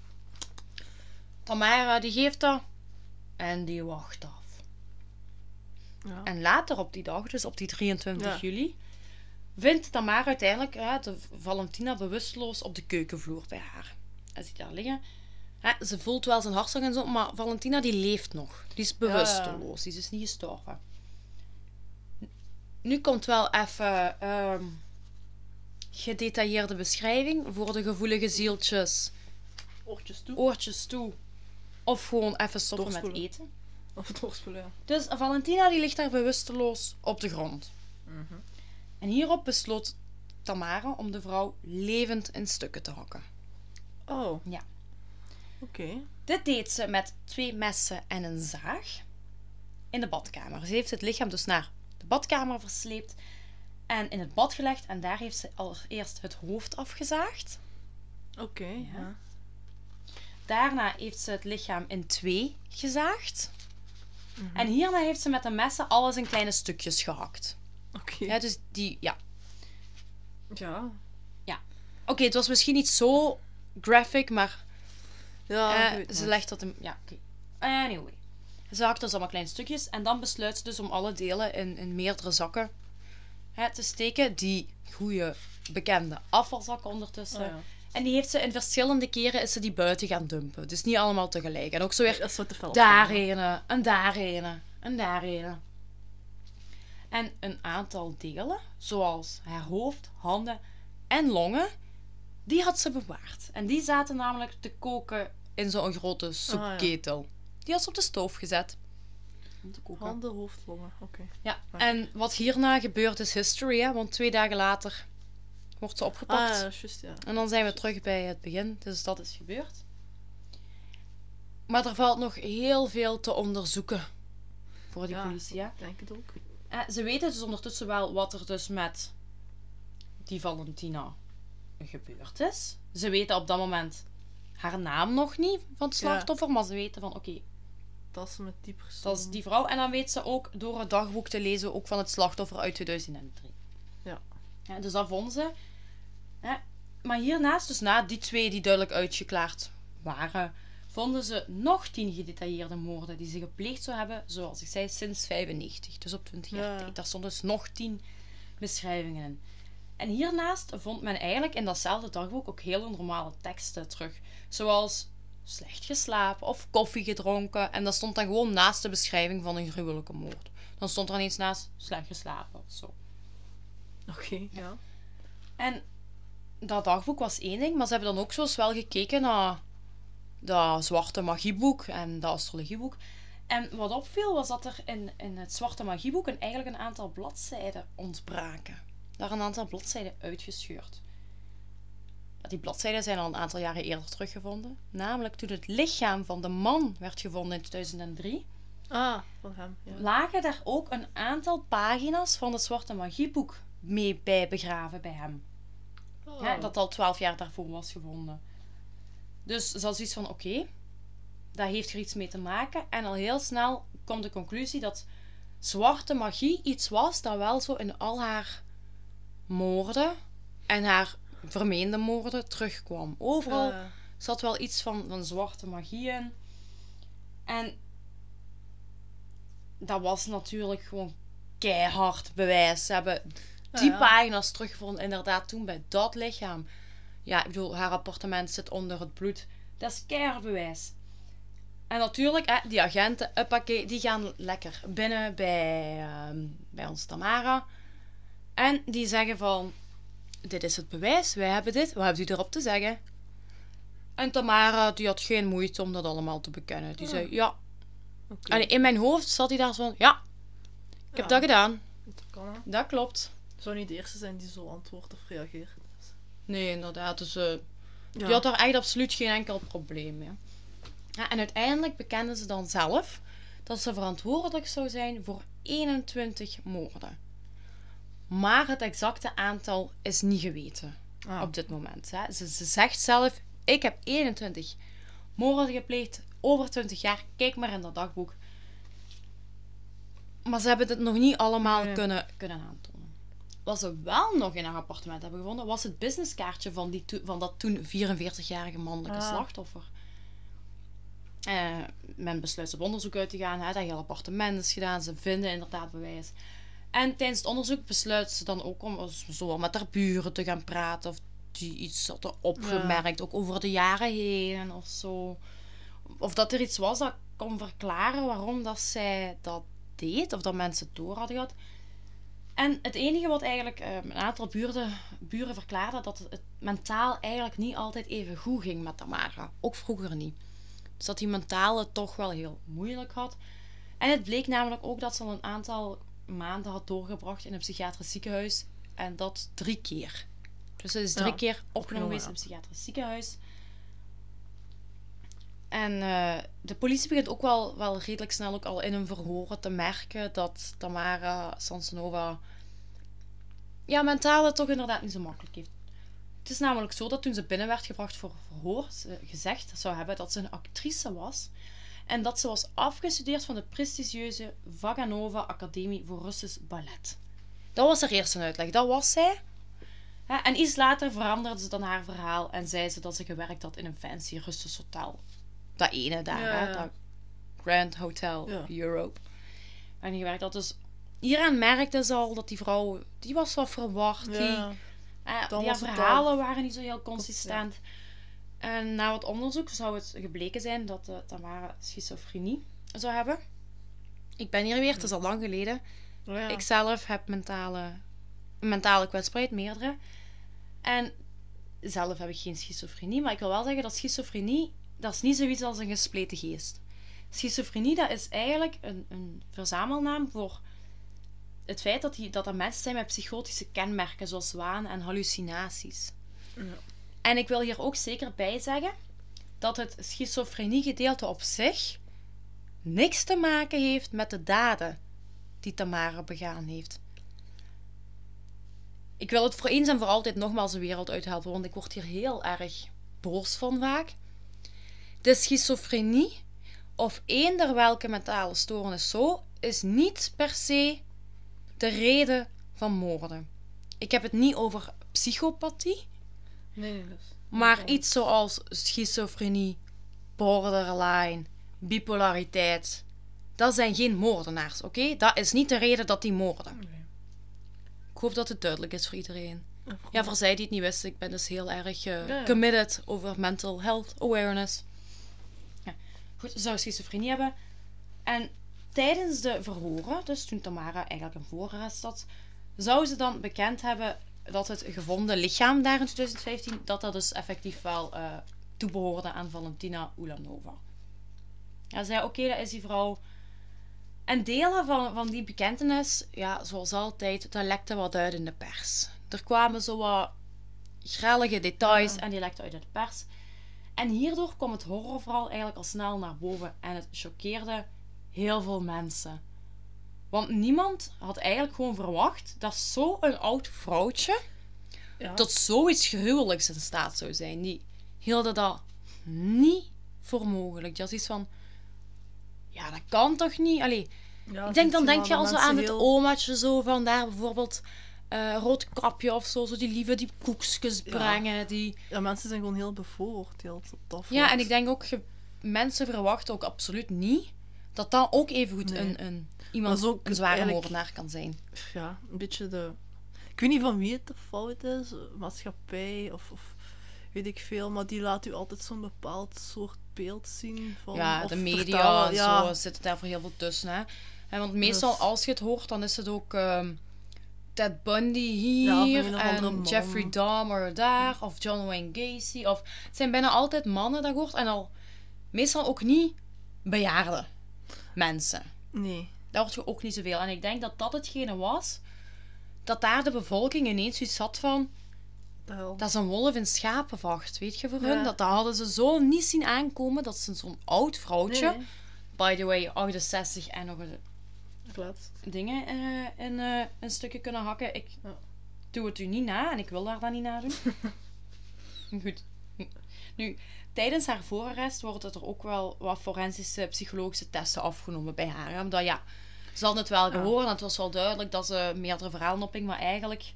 Tamara, die geeft dat. En die wacht af. Ja. En later op die dag, dus op die 23 juli... vindt Tamara uiteindelijk de Valentina bewusteloos op de keukenvloer bij haar. Hij ziet daar liggen. Ze voelt wel zijn hartslag en zo, maar Valentina die leeft nog. Die is bewusteloos, die is dus niet gestorven. Nu komt wel even gedetailleerde beschrijving voor de gevoelige zieltjes. Oortjes toe. Of gewoon even stoppen met eten. Of doorspoelen, ja. Dus Valentina die ligt daar bewusteloos op de grond. En hierop besloot Tamara om de vrouw levend in stukken te hakken. Oh. Ja. Oké. Dit deed ze met 2 messen en een zaag in de badkamer. Ze heeft het lichaam dus naar de badkamer versleept en in het bad gelegd. En daar heeft ze allereerst het hoofd afgezaagd. Oké. Ja. Daarna heeft ze het lichaam in 2 gezaagd. En hierna heeft ze met de messen alles in kleine stukjes gehakt. Oké. Ja, dus die, ja. Ja. Oké, het was misschien niet zo graphic, maar... Ja, ze legt dat in... Ja, oké. Anyway. Ze hakt dus allemaal kleine stukjes. En dan besluit ze dus om alle delen in meerdere zakken te steken. Die goede, bekende afvalzakken ondertussen. Oh, ja. En die heeft ze in verschillende keren is ze die buiten gaan dumpen. Dus niet allemaal tegelijk. En ook zo weer dat is zo te veel. daarheen en daarheen en daarheen. En een aantal delen, zoals haar hoofd, handen en longen, die had ze bewaard. En die zaten namelijk te koken in zo'n grote soepketel. Die had ze op de stoof gezet. om te koken. Handen, hoofd, longen. Oké. Ja, Ah. en wat hierna gebeurt is history, hè, want 2 dagen later wordt ze opgepakt. Ah, dat is juist, ja. En dan zijn we terug bij het begin, dus dat is gebeurd. Maar er valt nog heel veel te onderzoeken voor die politie. Ja. Ik denk het ook. Ze weten dus ondertussen wel wat er dus met die Valentina gebeurd is. Ze weten op dat moment haar naam nog niet van het slachtoffer, maar ze weten van oké, Dat is met die persoon. dat is die vrouw. En dan weet ze ook door het dagboek te lezen ook van het slachtoffer uit 2003. Ja. Dus dat vonden ze. Maar hiernaast, dus na die 2 die duidelijk uitgeklaard waren, vonden ze nog 10 gedetailleerde moorden die ze gepleegd zou hebben, zoals ik zei, sinds 95. Dus op 20 jaar tijd. Daar stonden dus nog 10 beschrijvingen in. En hiernaast vond men eigenlijk in datzelfde dagboek ook hele normale teksten terug. Zoals slecht geslapen of koffie gedronken. En dat stond dan gewoon naast de beschrijving van een gruwelijke moord. Dan stond er ineens naast slecht geslapen of zo. Oké, ja. En dat dagboek was één ding, maar ze hebben dan ook zo eens wel gekeken naar dat zwarte magieboek en dat astrologieboek. En wat opviel was dat er in het zwarte magieboek eigenlijk een aantal bladzijden ontbraken. Daar een aantal bladzijden uitgescheurd. Die bladzijden zijn al een aantal jaren eerder teruggevonden. Namelijk toen het lichaam van de man werd gevonden in 2003. Ah, van hem. Ja. Lagen daar ook een aantal pagina's van het zwarte magieboek mee bij begraven bij hem. Oh. Ja, dat al 12 jaar daarvoor was gevonden. Dus dat is iets van oké, dat heeft er iets mee te maken. En al heel snel komt de conclusie dat zwarte magie iets was dat wel zo in al haar moorden en haar vermeende moorden terugkwam. Overal zat wel iets van zwarte magie in. En dat was natuurlijk gewoon keihard bewijs. Ze hebben die pagina's teruggevonden, inderdaad, toen bij dat lichaam. Ja, ik bedoel, haar appartement zit onder het bloed. Dat is keihard bewijs. En natuurlijk, die agenten, die gaan lekker binnen bij ons Tamara. En die zeggen van, dit is het bewijs, wij hebben dit, wat hebt u erop te zeggen? En Tamara, die had geen moeite om dat allemaal te bekennen. Die zei, ja. Okay. En in mijn hoofd zat hij daar zo van, ja, ik heb dat gedaan. Dat kan, hè. Dat klopt. Het zou niet de eerste zijn die zo antwoordt of reageert. Dus. Nee, inderdaad. Dus die had daar echt absoluut geen enkel probleem mee. Ja, en uiteindelijk bekenden ze dan zelf dat ze verantwoordelijk zou zijn voor 21 moorden. Maar het exacte aantal is niet geweten op dit moment. Hè. Ze zegt zelf, ik heb 21 moorden gepleegd over 20 jaar. Kijk maar in dat dagboek. Maar ze hebben het nog niet allemaal kunnen aantonen. Wat ze wel nog in haar appartement hebben gevonden, was het businesskaartje van dat toen 44-jarige mannelijke slachtoffer. Men besluit op onderzoek uit te gaan. Hè, dat heel appartement is gedaan. Ze vinden inderdaad bewijs. En tijdens het onderzoek besluiten ze dan ook om zo met haar buren te gaan praten. Of die iets hadden opgemerkt. Ook over de jaren heen of zo. Of dat er iets was dat kon verklaren waarom dat zij dat deed. Of dat mensen het door hadden gehad. En het enige wat eigenlijk een aantal buren verklaarden, dat het mentaal eigenlijk niet altijd even goed ging met Tamara. Ook vroeger niet. Dus dat die mentaal het toch wel heel moeilijk had. En het bleek namelijk ook dat ze al een aantal maanden had doorgebracht in een psychiatrisch ziekenhuis. En dat 3 keer. Dus ze is 3 keer opgenomen geweest in een psychiatrisch ziekenhuis. En de politie begint ook wel redelijk snel ook al in hun verhoren te merken dat Tamara Samsonova mentaal het toch inderdaad niet zo makkelijk heeft. Het is namelijk zo dat toen ze binnen werd gebracht voor verhoor, ze gezegd zou hebben dat ze een actrice was en dat ze was afgestudeerd van de prestigieuze Vaganova Academie voor Russisch Ballet. Dat was haar eerste uitleg, dat was zij. En iets later veranderde ze dan haar verhaal en zei ze dat ze gewerkt had in een fancy Russisch hotel. Dat ene daar, dat Grand Hotel Europe. En die gewerkt had. Dus hieraan merkte ze al dat die vrouw, die was wat verward. Die verhalen waren niet zo heel consistent. En na wat onderzoek zou het gebleken zijn dat Tamara schizofrenie zou hebben. Ik ben hier weer, het is al lang geleden. Ik zelf heb mentale kwetsbaarheid, meerdere. En zelf heb ik geen schizofrenie. Maar ik wil wel zeggen dat schizofrenie, dat is niet zoiets als een gespleten geest. schizofrenie, dat is eigenlijk een verzamelnaam voor het feit dat er mensen zijn met psychotische kenmerken, zoals waan en hallucinaties. Ja. En ik wil hier ook zeker bij zeggen dat het schizofrenie-gedeelte op zich niks te maken heeft met de daden die Tamara begaan heeft. Ik wil het voor eens en voor altijd nogmaals de wereld uithelpen, want ik word hier heel erg boos van vaak. De schizofrenie, of eender welke mentale stoornis zo, is niet per se de reden van moorden. Ik heb het niet over psychopathie, Nee, dus. maar iets zoals schizofrenie, borderline, bipolariteit. Dat zijn geen moordenaars, oké? Dat is niet de reden dat die moorden. Nee. Ik hoop dat het duidelijk is voor iedereen. Ja, Ja, voor zij die het niet wisten, ik ben dus heel erg ja. committed over mental health awareness. Ja. Goed, ze zou schizofrenie hebben. En tijdens de verhoren, dus toen Tamara eigenlijk een voorarrest had, zou ze dan bekend hebben dat het gevonden lichaam daar in 2015, dat dus effectief wel toebehoorde aan Valentina Ulanova. Ja, zei oké, dat is die vrouw. En delen van die bekentenis, ja, zoals altijd, dat lekte wat uit in de pers. Er kwamen zo wat grellige details en die lekten uit in de pers. En hierdoor kwam het horrorverhaal eigenlijk al snel naar boven en het choqueerde heel veel mensen. Want niemand had eigenlijk gewoon verwacht dat zo'n oud vrouwtje Ja. tot zoiets gruwelijks in staat zou zijn. Die hielden dat niet voor mogelijk. Dat is iets van, ja, dat kan toch niet? Allee, Ja, ik denk, dan zie denk je wel al dat zo aan mensen het heel- omaatje zo van daar bijvoorbeeld rood kapje of zo die lieve die koekjes Ja. brengen. Die... Ja, mensen zijn gewoon heel bevooroordeeld op dat Ja, vlak. en ik denk ook, mensen verwachten ook absoluut niet dat dat ook evengoed Nee. iemand Dat is ook een zware eigenlijk- moordenaar kan zijn. Ja, een beetje de... Ik weet niet van wie het de fout is, maatschappij of weet ik veel, maar die laat u altijd zo'n bepaald soort beeld zien van... Ja, of de media vertellen, en ja. zo zitten daar voor heel veel tussen. Hè? En want meestal Dus- als je het hoort, dan is het ook Ted Bundy Ja, of hier een of andere en man. Jeffrey Dahmer daar of John Wayne Gacy. Of, het zijn bijna altijd mannen dat je hoort en al meestal ook niet bejaarde mensen. Nee. Daar hoort je ook niet zoveel. En ik denk dat dat hetgene was, dat daar de bevolking ineens iets had van, De hel. dat is een wolf in schapenvacht, weet je, voor Ja. hun. Dat hadden ze zo niet zien aankomen, dat ze zo'n oud vrouwtje, Nee, by the way, 68 en nog een Klopt. dingen in stukken kunnen hakken. Ik Ja. doe het u niet na en ik wil daar dan niet na doen. Goed. Nu, tijdens haar voorarrest worden er ook wel wat forensische psychologische testen afgenomen bij haar. Hè. Omdat ja, ze hadden het wel gehoord en het was wel duidelijk dat ze meerdere verhalen ophing, maar eigenlijk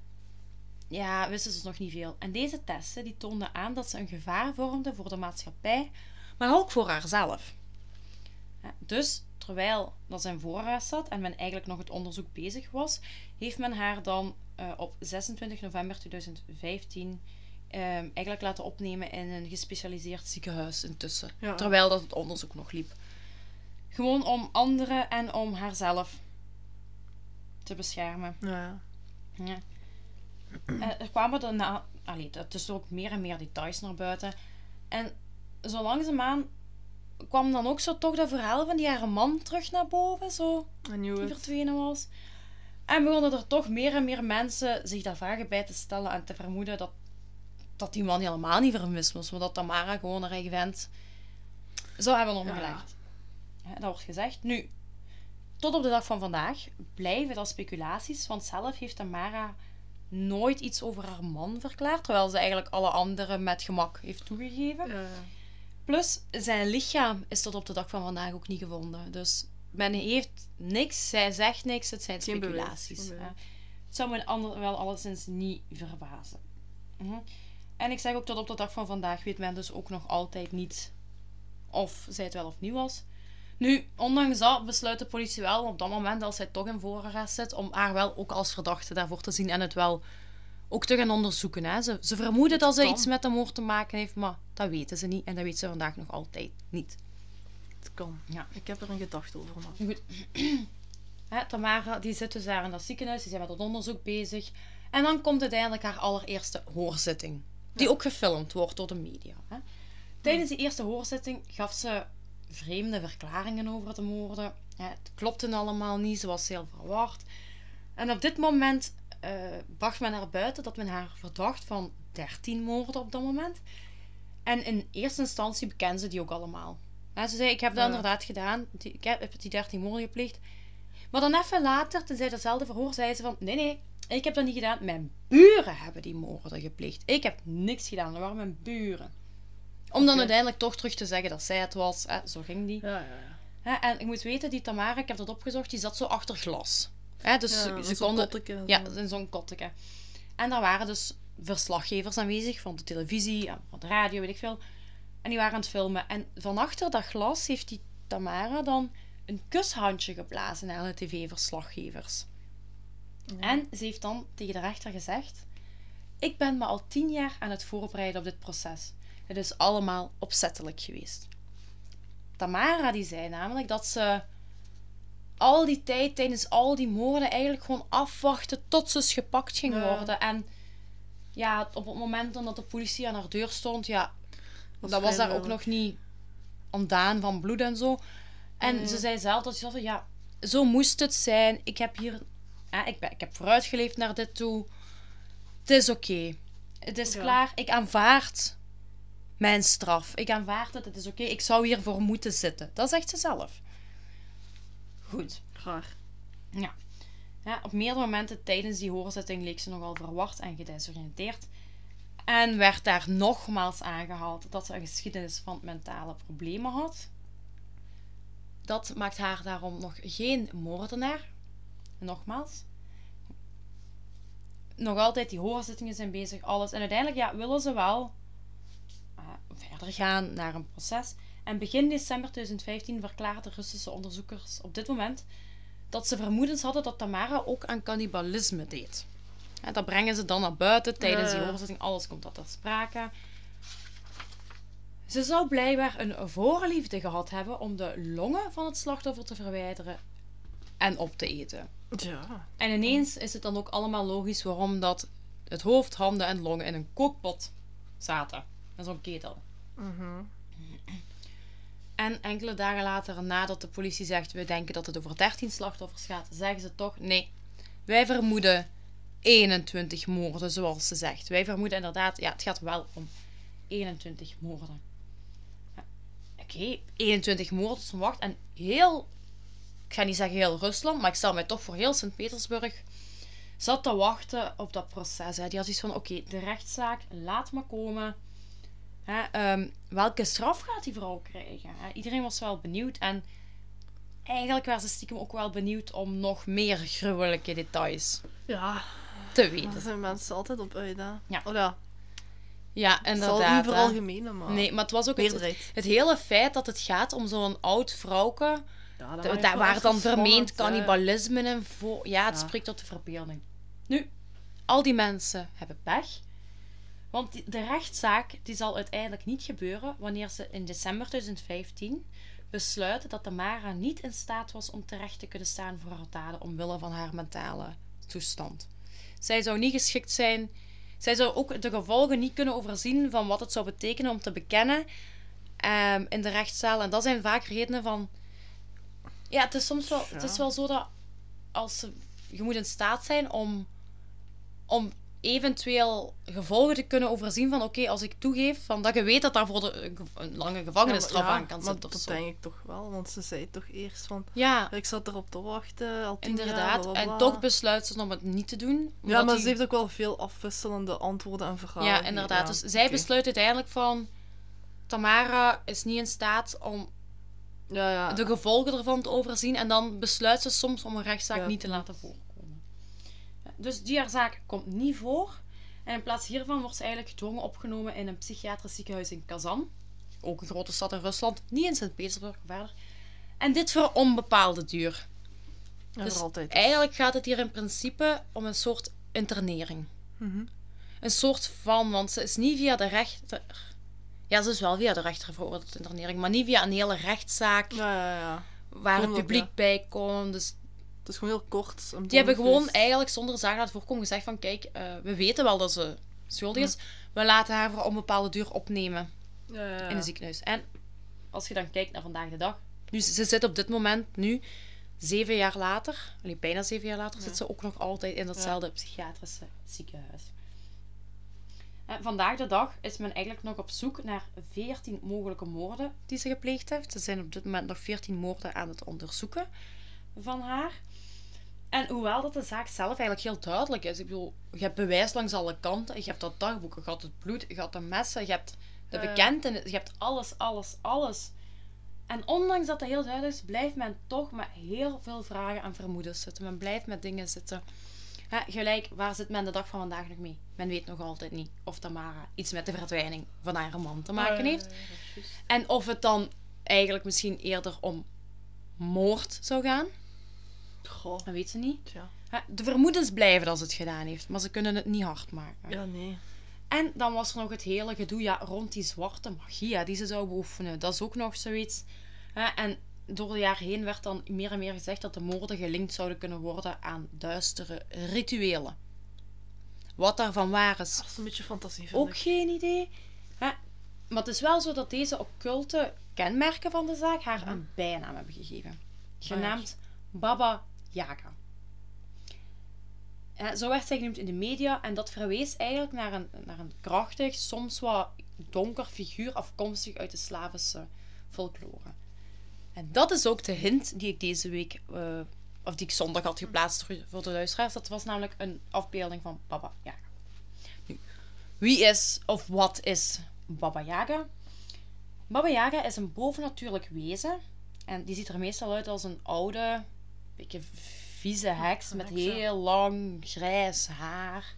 ja, wisten ze nog niet veel. En deze testen die toonden aan dat ze een gevaar vormde voor de maatschappij, maar ook voor haarzelf. Dus terwijl dat ze in voorarrest zat en men eigenlijk nog het onderzoek bezig was, heeft men haar dan op 26 november 2015 eigenlijk laten opnemen in een gespecialiseerd ziekenhuis intussen. Ja. Terwijl dat het onderzoek nog liep. Gewoon om anderen en om haarzelf te beschermen. Ja. Ja. Er kwamen daarna... het is ook meer en meer details naar buiten. En zo langzaamaan kwam dan ook zo toch dat verhaal van die haar man terug naar boven, zo, I knew die it. verdwenen was. En begonnen er toch meer en meer mensen zich daar vragen bij te stellen en te vermoeden dat die man helemaal niet vermist was, maar dat Tamara gewoon haar eigen vent zou hebben omgelegd. Ja, dat wordt gezegd. Nu, tot op de dag van vandaag blijven dat speculaties, want zelf heeft Tamara nooit iets over haar man verklaard, terwijl ze eigenlijk alle anderen met gemak heeft toegegeven. Ja. Plus, zijn lichaam is tot op de dag van vandaag ook niet gevonden. Dus men heeft niks, zij zegt niks, het zijn Geen bewijs, speculaties. geen bewijs. Het zou me wel alleszins niet verbazen. Mhm. En ik zeg ook, tot op de dag van vandaag weet men dus ook nog altijd niet of zij het wel of niet was. Nu, ondanks dat besluit de politie wel op dat moment, als zij toch in voorarrest zit, om haar wel ook als verdachte daarvoor te zien en het wel ook te gaan onderzoeken. Hè. Ze vermoeden dat ze kan. iets met de moord te maken heeft, maar dat weten ze niet en dat weten ze vandaag nog altijd niet. Het kan. Ja. Ik heb er een gedachte over. Maar... Goed. Hè, Tamara die zit dus daar in dat ziekenhuis, die zijn met het onderzoek bezig. En dan komt uiteindelijk haar allereerste hoorzitting. Die ook gefilmd wordt door de media. Hè. Tijdens die eerste hoorzitting gaf ze vreemde verklaringen over de moorden. Het klopte allemaal niet, ze was heel verward. En op dit moment bracht men naar buiten dat men haar verdacht van 13 moorden op dat moment. En in eerste instantie bekende ze die ook allemaal. Ze zei, ik heb dat inderdaad gedaan. Ik heb die 13 moorden gepleegd. Maar dan even later, tenzij datzelfde verhoor, zei ze van... Nee, ik heb dat niet gedaan. Mijn buren hebben die moorden gepleegd. Ik heb niks gedaan. Dat waren mijn buren. Om dan uiteindelijk toch terug te zeggen dat zij het was. Zo ging die. Ja. En ik moet weten, die Tamara, ik heb dat opgezocht, die zat zo achter glas. Dus ze zo'n konden... kotteke, Ja, in zo'n kotteke. En daar waren dus verslaggevers aanwezig van de televisie en van de radio, weet ik veel. En die waren aan het filmen. En van achter dat glas heeft die Tamara dan een kushandje geblazen naar de tv-verslaggevers. Ja. En ze heeft dan tegen de rechter gezegd... Ik ben me al 10 jaar aan het voorbereiden op dit proces. Het is allemaal opzettelijk geweest. Tamara die zei namelijk dat ze al die tijd tijdens al die moorden eigenlijk gewoon afwachten tot ze gepakt ging worden. En ja, op het moment dat de politie aan haar deur stond, dat was daar ook nog niet ontdaan van bloed en zo. En ze zei zelf dat ze dacht, ja, zo moest het zijn. Ik heb hier, ik heb vooruitgeleefd naar dit toe. Het is oké. Het is klaar. Ik aanvaard mijn straf. Ik aanvaard het is oké. Ik zou hiervoor moeten zitten. Dat zegt ze zelf. Goed. Graag. Ja. Op meerdere momenten tijdens die hoorzitting leek ze nogal verward en gedesoriënteerd. En werd daar nogmaals aangehaald dat ze een geschiedenis van mentale problemen had. Dat maakt haar daarom nog geen moordenaar. Nogmaals. Nog altijd die hoorzittingen zijn bezig, alles. En uiteindelijk willen ze wel verder gaan naar een proces. En begin december 2015 verklaarden de Russische onderzoekers op dit moment dat ze vermoedens hadden dat Tamara ook aan cannibalisme deed. Dat brengen ze dan naar buiten tijdens die hoorzitting. Alles komt dat ter sprake. Ze zou blijkbaar een voorliefde gehad hebben om de longen van het slachtoffer te verwijderen en op te eten. Ja. En ineens is het dan ook allemaal logisch waarom dat het hoofd, handen en longen in een kookpot zaten. In zo'n ketel. En enkele dagen later, nadat de politie zegt, we denken dat het over 13 slachtoffers gaat, zeggen ze toch, nee, wij vermoeden 21 moorden, zoals ze zegt. Wij vermoeden inderdaad, het gaat wel om 21 moorden. Oké, 21 moorden, wacht. En heel, ik ga niet zeggen heel Rusland, maar ik stel mij toch voor heel Sint-Petersburg, zat te wachten op dat proces. Die had iets van, oké, de rechtszaak, laat maar komen. Welke straf gaat die vrouw krijgen? Iedereen was wel benieuwd en eigenlijk waren ze stiekem ook wel benieuwd om nog meer gruwelijke details te weten. Daar zijn mensen altijd op uit, hè? Ja, het inderdaad. zal niet veralgemenen, maar... Nee, maar het was ook het hele feit dat het gaat om zo'n oud vrouwke, waar dan vermeend cannibalisme in voor... Ja, het spreekt tot de verbeelding. Nu, al die mensen hebben pech. Want de rechtszaak die zal uiteindelijk niet gebeuren wanneer ze in december 2015 besluiten dat Tamara niet in staat was om terecht te kunnen staan voor haar daden omwille van haar mentale toestand. Zij zou niet geschikt zijn. Zij zou ook de gevolgen niet kunnen overzien van wat het zou betekenen om te bekennen in de rechtszaal. En dat zijn vaak redenen van... Ja, het is soms wel, het is wel zo dat je moet in staat zijn om eventueel gevolgen te kunnen overzien van oké, als ik toegeef, van dat je weet dat daarvoor een lange gevangenisstraf aan kan zitten. Dat denk ik toch wel, want ze zei toch eerst van ik zat erop te wachten, al 10 inderdaad, jaar, en toch besluit ze om het niet te doen. Ja, maar ze heeft ook wel veel afwisselende antwoorden en verhalen. Ja, inderdaad. Dus zij besluit uiteindelijk van Tamara is niet in staat om de gevolgen ervan te overzien en dan besluit ze soms om een rechtszaak niet te laten voorkomen. Dus die haar zaak komt niet voor. En in plaats hiervan wordt ze eigenlijk gedwongen opgenomen in een psychiatrisch ziekenhuis in Kazan. Ook een grote stad in Rusland. Niet in Sint-Petersburg, verder. En dit voor onbepaalde duur. Dus eigenlijk gaat het hier in principe om een soort internering. Een soort van, want ze is niet via de rechter... Ja, ze is wel via de rechter veroordeeld tot internering, maar niet via een hele rechtszaak waar het publiek bij komt. Dus het is gewoon heel kort. Die hebben gewoon eigenlijk zonder zaak laten voorkomen gezegd van kijk, we weten wel dat ze schuldig is. We laten haar voor een onbepaalde duur opnemen in een ziekenhuis. En als je dan kijkt naar vandaag de dag. Nu, ze zit op dit moment nu, 7 jaar later, bijna 7 jaar later, zit ze ook nog altijd in datzelfde psychiatrische ziekenhuis. En vandaag de dag is men eigenlijk nog op zoek naar 14 mogelijke moorden die ze gepleegd heeft. Ze zijn op dit moment nog 14 moorden aan het onderzoeken van haar. En hoewel dat de zaak zelf eigenlijk heel duidelijk is. Ik bedoel, je hebt bewijs langs alle kanten. Je hebt dat dagboek, je hebt het bloed, je hebt de messen, je hebt de bekentenis, je hebt alles. En ondanks dat het heel duidelijk is, blijft men toch met heel veel vragen en vermoedens zitten. Men blijft met dingen zitten. Gelijk, waar zit men de dag van vandaag nog mee? Men weet nog altijd niet of Tamara iets met de verdwijning van haar man te maken heeft. En of het dan eigenlijk misschien eerder om moord zou gaan. Goh. Dat weet ze niet. Ja. De vermoedens blijven als het gedaan heeft, maar ze kunnen het niet hard maken. Ja, nee. En dan was er nog het hele gedoe rond die zwarte magie die ze zou beoefenen. Dat is ook nog zoiets. En door de jaren heen werd dan meer en meer gezegd dat de moorden gelinkt zouden kunnen worden aan duistere rituelen. Wat daarvan waar is, Dat is een beetje fantasie, vind ook ik. geen idee. Maar het is wel zo dat deze occulte kenmerken van de zaak haar een bijnaam hebben gegeven. Genaamd Baba Yaga. Zo werd zij genoemd in de media en dat verwees eigenlijk naar een krachtig, soms wat donker figuur afkomstig uit de Slavische folklore. En dat is ook de hint die ik deze week, of die ik zondag had geplaatst voor de luisteraars. Dat was namelijk een afbeelding van Baba Yaga. Nu, wie is of wat is Baba Yaga? Baba Yaga is een bovennatuurlijk wezen. En die ziet er meestal uit als een oude, beetje vieze heks met heel lang grijs haar.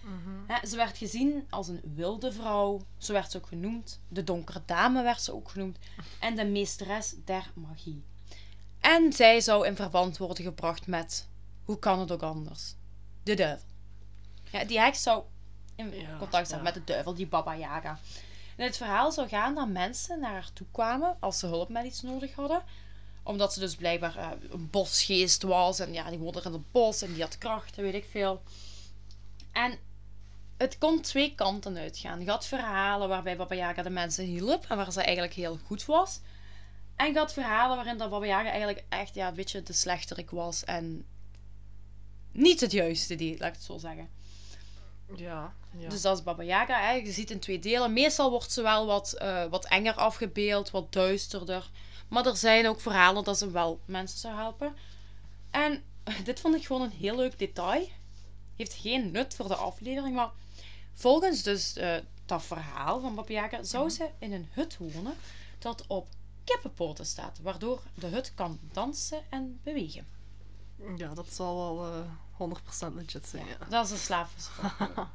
Ze werd gezien als een wilde vrouw. Zo werd ze ook genoemd. De donkere dame werd ze ook genoemd. En de meesteres der magie. En zij zou in verband worden gebracht met, hoe kan het ook anders? De duivel. Die heks zou in contact staan met de duivel, die Baba Yaga. En het verhaal zou gaan dat mensen naar haar toe kwamen als ze hulp met iets nodig hadden. Omdat ze dus blijkbaar een bosgeest was. En die woonde er in het bos en die had krachten, weet ik veel. En het kon twee kanten uitgaan. Je had verhalen waarbij Baba Yaga de mensen hielp en waar ze eigenlijk heel goed was. En je had verhalen waarin dat Baba Yaga eigenlijk echt een beetje de slechterik was en niet het juiste deed, laat ik het zo zeggen. Ja. Dus dat is Baba Yaga. Je ziet in 2 delen. Meestal wordt ze wel wat enger afgebeeld, wat duisterder. Maar er zijn ook verhalen dat ze wel mensen zou helpen. En dit vond ik gewoon een heel leuk detail. Heeft geen nut voor de aflevering, maar volgens dus dat verhaal van Baba Yaga zou ze in een hut wonen dat op kippenpoten staat, waardoor de hut kan dansen en bewegen. Ja, dat zal wel 100% legit zijn, ja. Dat is een Slavische folklore.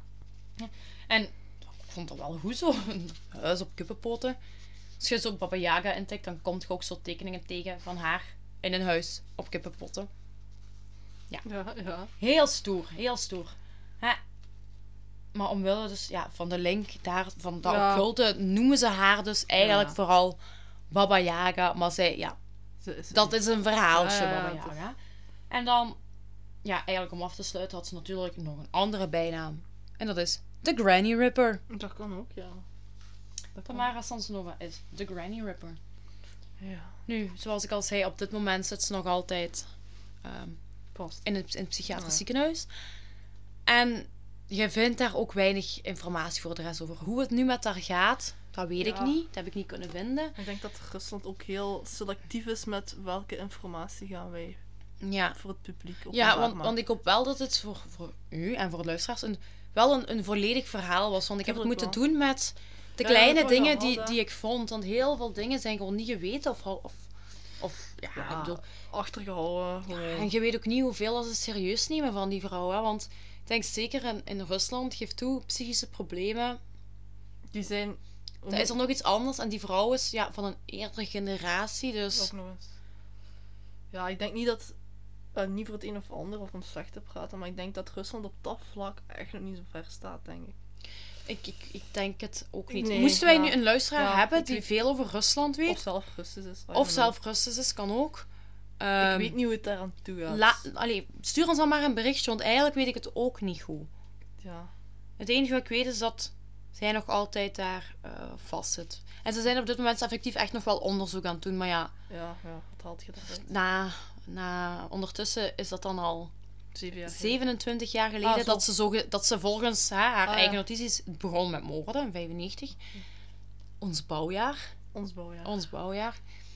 En ik vond dat wel goed zo, een huis op kippenpoten. Als je zo Baba Yaga intikt, dan komt je ook zo tekeningen tegen van haar in een huis op kippenpotten. Ja. Heel stoer, heel stoer. Maar omwille dus, van de link daar, van dat occulte, noemen ze haar dus eigenlijk vooral Baba Yaga. Maar zij, dat is een verhaaltje, Baba Yaga. En dan, eigenlijk om af te sluiten, had ze natuurlijk nog een andere bijnaam. En dat is de Granny Ripper. Dat kan ook, ja. Tamara Samsonova is de Granny Ripper. Ja. Nu, zoals ik al zei, op dit moment zit ze nog altijd in het psychiatrisch ziekenhuis. En je vindt daar ook weinig informatie voor de rest over. Hoe het nu met haar gaat, dat weet ik niet. Dat heb ik niet kunnen vinden. Ik denk dat Rusland ook heel selectief is met welke informatie gaan wij voor het publiek want ik hoop wel dat het voor u en voor de luisteraars wel een volledig verhaal was. Want ik heb het moeten doen met de kleine dingen die ik vond. Want heel veel dingen zijn gewoon niet geweten ik bedoel, achtergehouden. En je weet ook niet hoeveel ze serieus nemen van die vrouwen. Want ik denk zeker in Rusland, geef toe, psychische problemen. Die zijn... Dat is er nog iets anders. En die vrouw is van een eerdere generatie. Dus... Ook nog eens. Ja, ik denk niet dat... niet voor het een of ander of om slecht te praten. Maar ik denk dat Rusland op dat vlak echt nog niet zo ver staat, denk ik. Ik denk het ook niet. Nee, moesten wij nu een luisteraar hebben die veel over Rusland weet? Of zelf Russisch is. Of zelf Russisch is, kan ook. Ik weet niet hoe het daar aan toe gaat. Stuur ons dan maar een berichtje, want eigenlijk weet ik het ook niet goed. Ja. Het enige wat ik weet is dat zij nog altijd daar vastzit. En ze zijn op dit moment effectief echt nog wel onderzoek aan het doen. Maar ja, Ja, wat haalt je daaruit? ondertussen is dat dan al 7 jaar geleden. 27 jaar geleden dat ze volgens haar ja. eigen notities begon met moorden, in 95. Ons bouwjaar. Ons bouwjaar.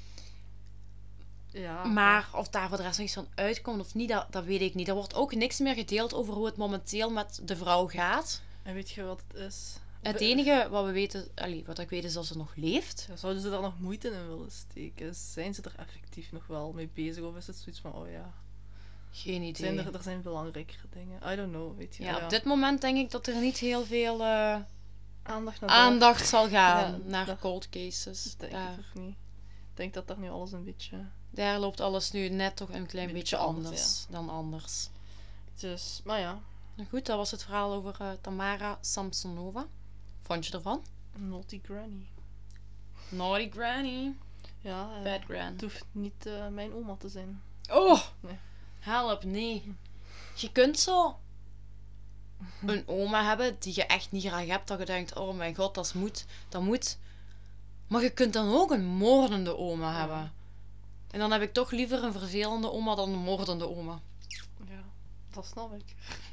Ja. Maar of daar voor de rest nog iets van uitkomt of niet, dat weet ik niet. Er wordt ook niks meer gedeeld over hoe het momenteel met de vrouw gaat. En weet je wat het is? Het enige wat we weten, wat ik weet is dat ze nog leeft. Ja, zouden ze daar nog moeite in willen steken? Zijn ze er effectief nog wel mee bezig? Of is het zoiets van, oh ja... Geen idee. Er zijn belangrijkere dingen. I don't know, weet je. Ja, op dit moment denk ik dat er niet heel veel aandacht zal gaan Ja, naar cold cases. denk ik toch niet. Ik denk dat daar nu alles een beetje... Daar loopt alles nu net toch een klein beetje anders anders, dan anders. Dus, maar ja. Nou goed, dat was het verhaal over Tamara Samsonova. Vond je ervan? Naughty Granny. Naughty Granny. Ja, Bad Gran. het hoeft niet mijn oma te zijn. Oh! Nee. Help, nee. Je kunt zo een oma hebben die je echt niet graag hebt, dat je denkt, oh mijn god, dat moet. Maar je kunt dan ook een moordende oma hebben. En dan heb ik toch liever een vervelende oma dan een moordende oma. Ja, dat snap ik.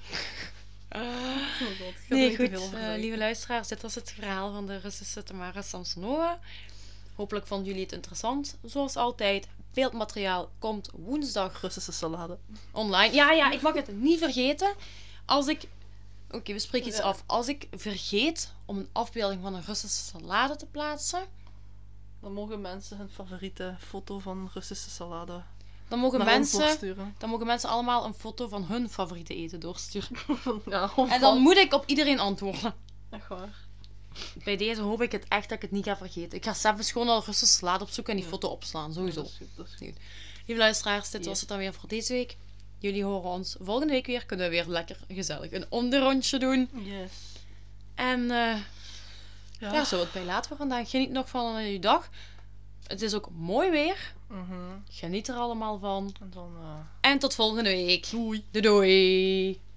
Nee, goed. Lieve luisteraars, dit was het verhaal van de Russische Tamara Samsonova. Hopelijk vonden jullie het interessant. Zoals altijd, beeldmateriaal komt woensdag Russische salade. online. Ja, ik mag het niet vergeten. Oké, we spreken iets af. Als ik vergeet om een afbeelding van een Russische salade te plaatsen, dan mogen mensen hun favoriete foto van Russische salade dan mogen doorsturen. mensen allemaal een foto van hun favoriete eten doorsturen. Ja, en dan moet ik op iedereen antwoorden. Echt waar. Bij deze hoop ik het echt dat ik het niet ga vergeten. Ik ga zelfs gewoon al Russische salade opzoeken en die foto opslaan, sowieso. Dat is goed. Lieve luisteraars, dit was het dan weer voor deze week. Jullie horen ons volgende week weer. Kunnen we weer lekker gezellig een onderrondje doen. Yes. En daar zullen we het bij laten voor vandaag. Geniet nog van je dag. Het is ook mooi weer. Geniet er allemaal van. En dan... En tot volgende week. Doei. Doei.